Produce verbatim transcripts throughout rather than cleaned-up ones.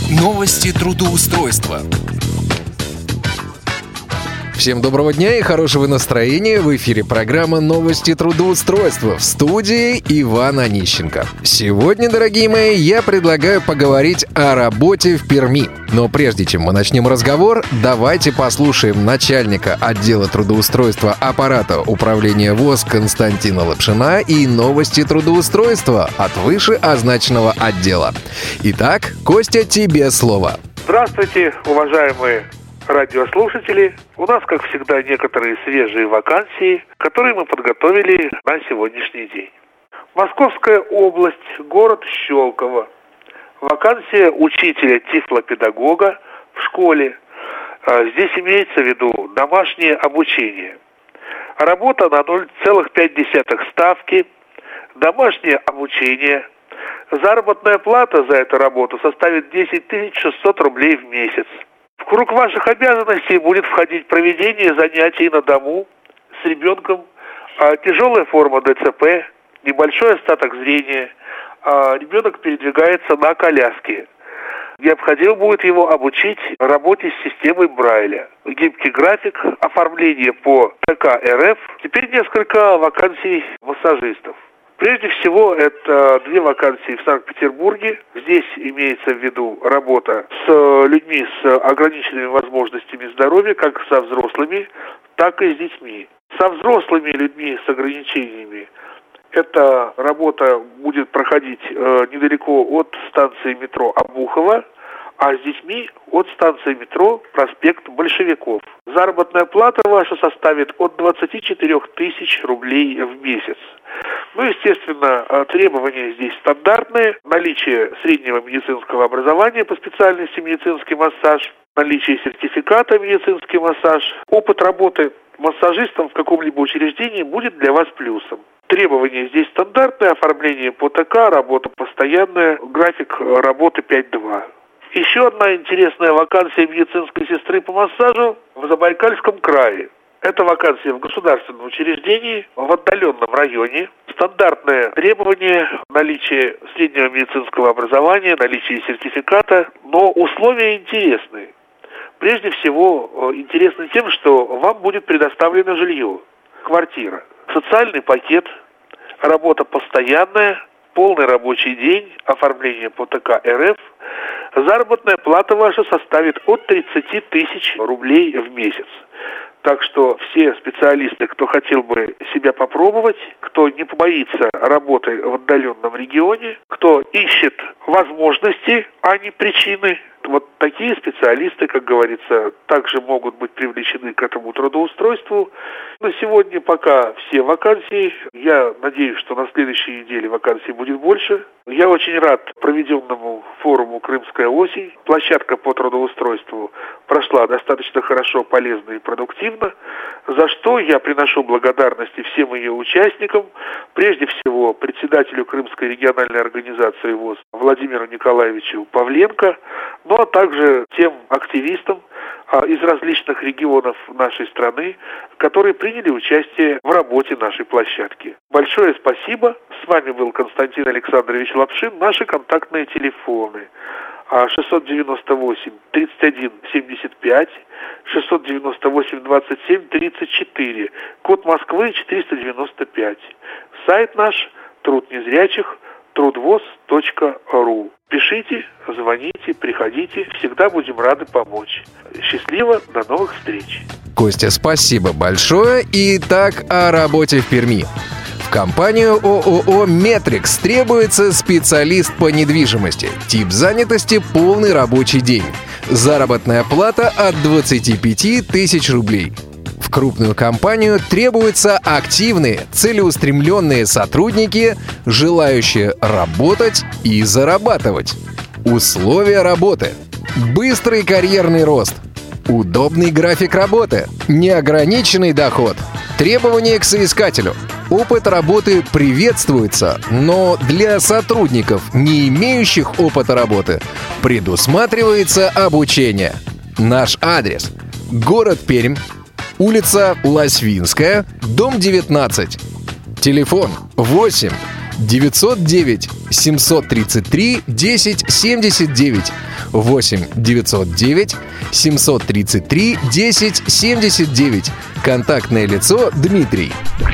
Новости трудоустройства. Всем доброго дня и хорошего настроения. В эфире программа «Новости трудоустройства», в студии Иван Онищенко. Сегодня, дорогие мои, я предлагаю поговорить о работе в Перми. Но прежде чем мы начнем разговор, давайте послушаем начальника отдела трудоустройства аппарата управления ВОС Константина Лапшина и новости трудоустройства от вышеозначенного отдела. Итак, Костя, тебе слово. Здравствуйте, уважаемые радиослушатели. У нас, как всегда, некоторые свежие вакансии, которые мы подготовили на сегодняшний день. Московская область, город Щелково. Вакансия учителя тифлопедагога в школе. Здесь имеется в виду домашнее обучение. Работа на ноль целых пять десятых ставки, домашнее обучение. Заработная плата за эту работу составит десять тысяч шестьсот рублей в месяц. В круг ваших обязанностей будет входить проведение занятий на дому с ребенком, тяжелая форма ДЦП, небольшой остаток зрения, ребенок передвигается на коляске. Необходимо будет его обучить работе с системой Брайля. Гибкий график, оформление по ТК РФ. Теперь несколько вакансий массажистов. Прежде всего, это две вакансии в Санкт-Петербурге. Здесь имеется в виду работа с людьми с ограниченными возможностями здоровья, как со взрослыми, так и с детьми. Со взрослыми людьми с ограничениями эта работа будет проходить э, недалеко от станции метро Обухово, а с детьми от станции метро проспект Большевиков. Заработная плата ваша составит от двадцати четырёх тысяч рублей в месяц. Ну, естественно, требования здесь стандартные. Наличие среднего медицинского образования по специальности медицинский массаж, наличие сертификата медицинский массаж. Опыт работы массажистом в каком-либо учреждении будет для вас плюсом. Требования здесь стандартные: оформление по ТК, работа постоянная, график работы пять два. Еще одна интересная вакансия медицинской сестры по массажу в Забайкальском крае. Это вакансия в государственном учреждении, в отдаленном районе. Стандартное требование: наличие среднего медицинского образования, наличие сертификата, но условия интересные. Прежде всего, интересны тем, что вам будет предоставлено жилье, квартира, социальный пакет, работа постоянная, полный рабочий день, оформление по ТК РФ. Заработная плата ваша составит от тридцати тысяч рублей в месяц. Так что все специалисты, кто хотел бы себя попробовать, кто не побоится работы в отдаленном регионе, кто ищет возможности, а не причины, вот такие специалисты, как говорится, также могут быть привлечены к этому трудоустройству. На сегодня пока все вакансии. Я надеюсь, что на следующей неделе вакансий будет больше. Я очень рад проведенному форуму «Крымская осень». Площадка по трудоустройству прошла достаточно хорошо, полезно и продуктивно, за что я приношу благодарности всем ее участникам, прежде всего председателю Крымской региональной организации ВОС Владимиру Николаевичу Павленко, ну а также тем активистам а, из различных регионов нашей страны, которые приняли участие в работе нашей площадки. Большое спасибо. С вами был Константин Александрович Лапшин. Наши контактные телефоны: шестьсот девяносто восемь тридцать один семьдесят пять, шестьсот девяносто восемь двадцать семь тридцать четыре, код Москвы четыреста девяносто пять. Сайт наш «Труд незрячих» трудвоз точка ру. Пишите, звоните, приходите. Всегда будем рады помочь. Счастливо, до новых встреч. Костя, спасибо большое. Итак, о работе в Перми. В компанию ООО «Метрикс» требуется специалист по недвижимости. Тип занятости – полный рабочий день. Заработная плата от двадцати пяти тысяч рублей. В крупную компанию требуются активные, целеустремленные сотрудники, желающие работать и зарабатывать. Условия работы: быстрый карьерный рост, удобный график работы, неограниченный доход. Требования к соискателю: опыт работы приветствуется, но для сотрудников, не имеющих опыта работы, предусматривается обучение. Наш адрес: город Пермь, улица Лосвинская, дом девятнадцать. Телефон восемь девятьсот девять семьсот тридцать три десять семьдесят девять. восемь девятьсот девять семьсот тридцать три десять семьдесят девять. Контактное лицо Дмитрий.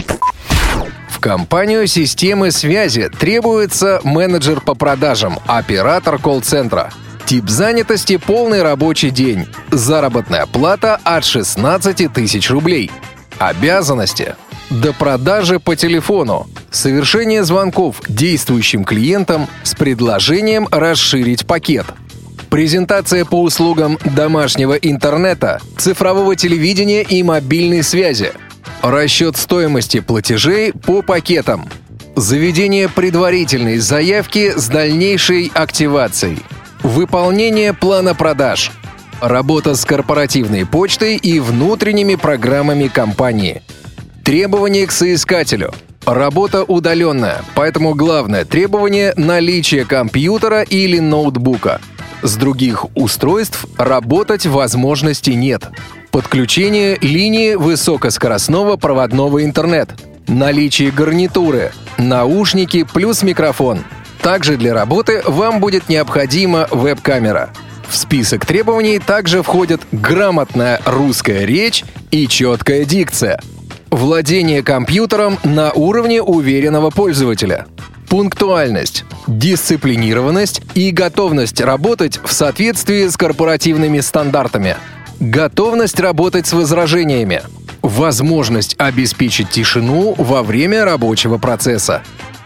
В компанию системы связи требуется менеджер по продажам, оператор колл-центра. Тип занятости – полный рабочий день. Заработная плата от шестнадцати тысяч рублей. Обязанности – до продажи по телефону. Совершение звонков действующим клиентам с предложением расширить пакет. Презентация по услугам домашнего интернета, цифрового телевидения и мобильной связи. Расчет стоимости платежей по пакетам. Заведение предварительной заявки с дальнейшей активацией. Выполнение плана продаж. Работа с корпоративной почтой и внутренними программами компании. Требования к соискателю. Работа удаленная, поэтому главное требование – наличие компьютера или ноутбука. С других устройств работать возможности нет. Подключение линии высокоскоростного проводного интернет. Наличие гарнитуры. Наушники плюс микрофон. Также для работы вам будет необходима веб-камера. В список требований также входят грамотная русская речь и четкая дикция. Владение компьютером на уровне уверенного пользователя. Пунктуальность, дисциплинированность и готовность работать в соответствии с корпоративными стандартами. Готовность работать с возражениями. Возможность обеспечить тишину во время рабочего процесса.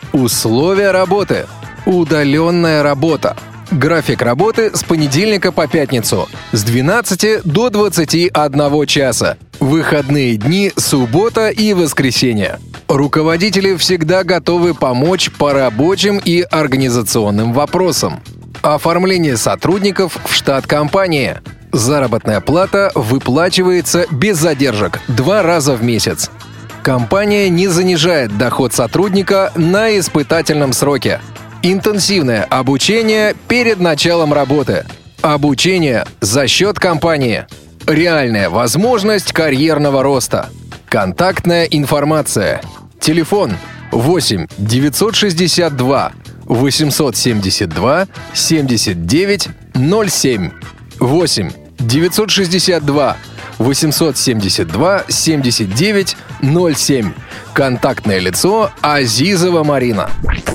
Условия работы. Удаленная работа. График работы с понедельника по пятницу с двенадцати до двадцати одного часа. Выходные дни, суббота и воскресенье. Руководители всегда готовы помочь по рабочим и организационным вопросам. Оформление сотрудников в штат компании. Заработная плата выплачивается без задержек два раза в месяц. Компания не занижает доход сотрудника на испытательном сроке. Интенсивное обучение перед началом работы. Обучение за счет компании. Реальная возможность карьерного роста. Контактная информация. Телефон восемь девятьсот шестьдесят два восемьсот семьдесят два семьдесят девять ноль семь. восемь девятьсот шестьдесят два восемьсот семьдесят два семьдесят девять ноль семь. Контактное лицо Азизова Марина.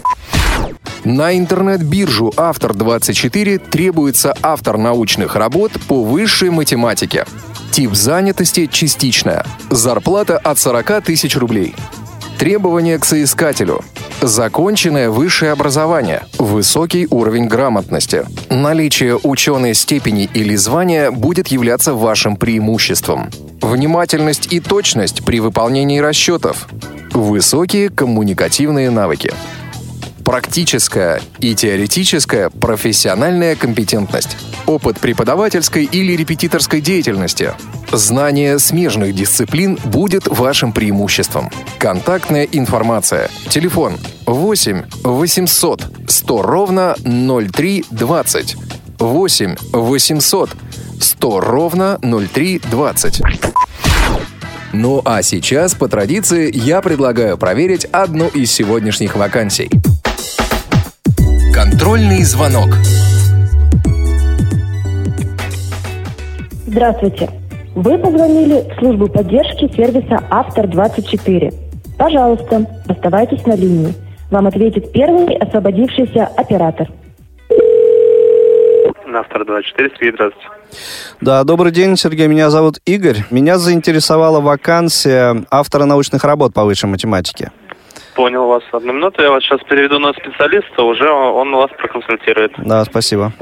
На интернет-биржу Автор двадцать четыре требуется автор научных работ по высшей математике. Тип занятости частичная. Зарплата от сорока тысяч рублей. Требования к соискателю. Законченное высшее образование. Высокий уровень грамотности. Наличие ученой степени или звания будет являться вашим преимуществом. Внимательность и точность при выполнении расчетов. Высокие коммуникативные навыки. Практическая и теоретическая профессиональная компетентность. Опыт преподавательской или репетиторской деятельности. Знание смежных дисциплин будет вашим преимуществом. Контактная информация. Телефон восемь восемьсот сто ровно ноль три двадцать. восемь восемьсот сто ровно ноль три двадцать. Ну а сейчас, по традиции, я предлагаю проверить одну из сегодняшних вакансий. Контрольный звонок. Здравствуйте. Вы позвонили в службу поддержки сервиса Автор двадцать четыре. Пожалуйста, оставайтесь на линии. Вам ответит первый освободившийся оператор. Автор двадцать четыре, Сергей, здравствуйте. Да, добрый день, Сергей, меня зовут Игорь. Меня заинтересовала вакансия автора научных работ по высшей математике. Понял вас. Одну минуту, я вас сейчас переведу на специалиста, уже он вас проконсультирует. Да, спасибо.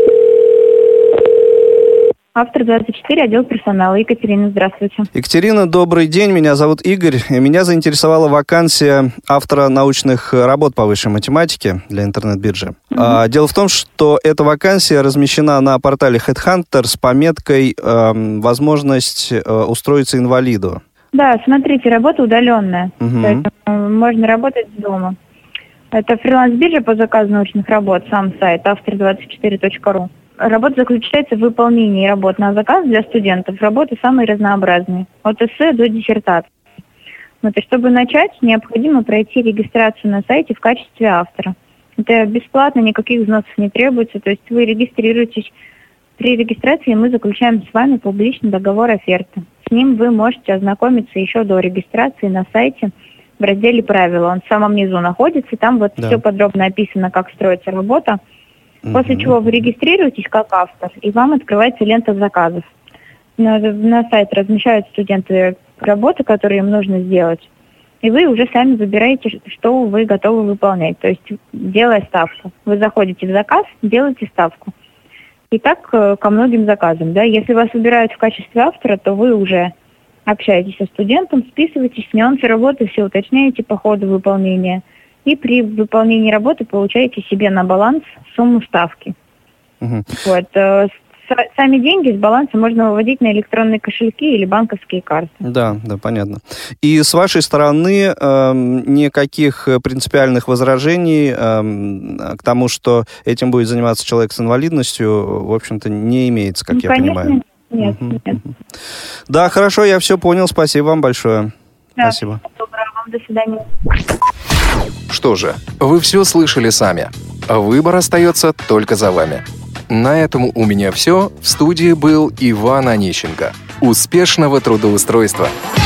Автор двадцать четыре, отдел персонала. Екатерина, здравствуйте. Екатерина, добрый день, меня зовут Игорь. Меня заинтересовала вакансия автора научных работ по высшей математике для интернет-биржи. Угу. А, дело в том, что эта вакансия размещена на портале HeadHunter с пометкой э, «Возможность э, устроиться инвалиду». Да, смотрите, работа удаленная. Угу. Поэтому можно работать дома. Это фриланс-биржа по заказу научных работ, сам сайт автор двадцать четыре точка ру. Работа заключается в выполнении работ на заказ для студентов. Работы самые разнообразные, от эссе до диссертации. Вот, и чтобы начать, необходимо пройти регистрацию на сайте в качестве автора. Это бесплатно, никаких взносов не требуется. То есть вы регистрируетесь. При регистрации мы заключаем с вами публичный договор оферты. С ним вы можете ознакомиться еще до регистрации на сайте в разделе «Правила». Он в самом низу находится, там вот да. все подробно описано, как строится работа. Угу. После чего вы регистрируетесь как автор, и вам открывается лента заказов. На, на сайт размещают студенты работы, которые им нужно сделать. И вы уже сами выбираете, что вы готовы выполнять. То есть, делая ставку. Вы заходите в заказ, делаете ставку. И так ко многим заказам. Да? Если вас выбирают в качестве автора, то вы уже общаетесь со студентом, списываетесь, нюансы работы все уточняете по ходу выполнения. И при выполнении работы получаете себе на баланс сумму ставки. Угу. Вот. Сами деньги с баланса можно выводить на электронные кошельки или банковские карты. Да, да, понятно. И с вашей стороны э, никаких принципиальных возражений э, к тому, что этим будет заниматься человек с инвалидностью, в общем-то, не имеется, как ну, я конечно, понимаю. Нет, угу. нет. Да, хорошо, я все понял. Спасибо вам большое. Да, спасибо. Доброго вам, до свидания. Что же, вы все слышали сами. Выбор остается только за вами. На этом у меня все. В студии был Иван Онищенко. Успешного трудоустройства!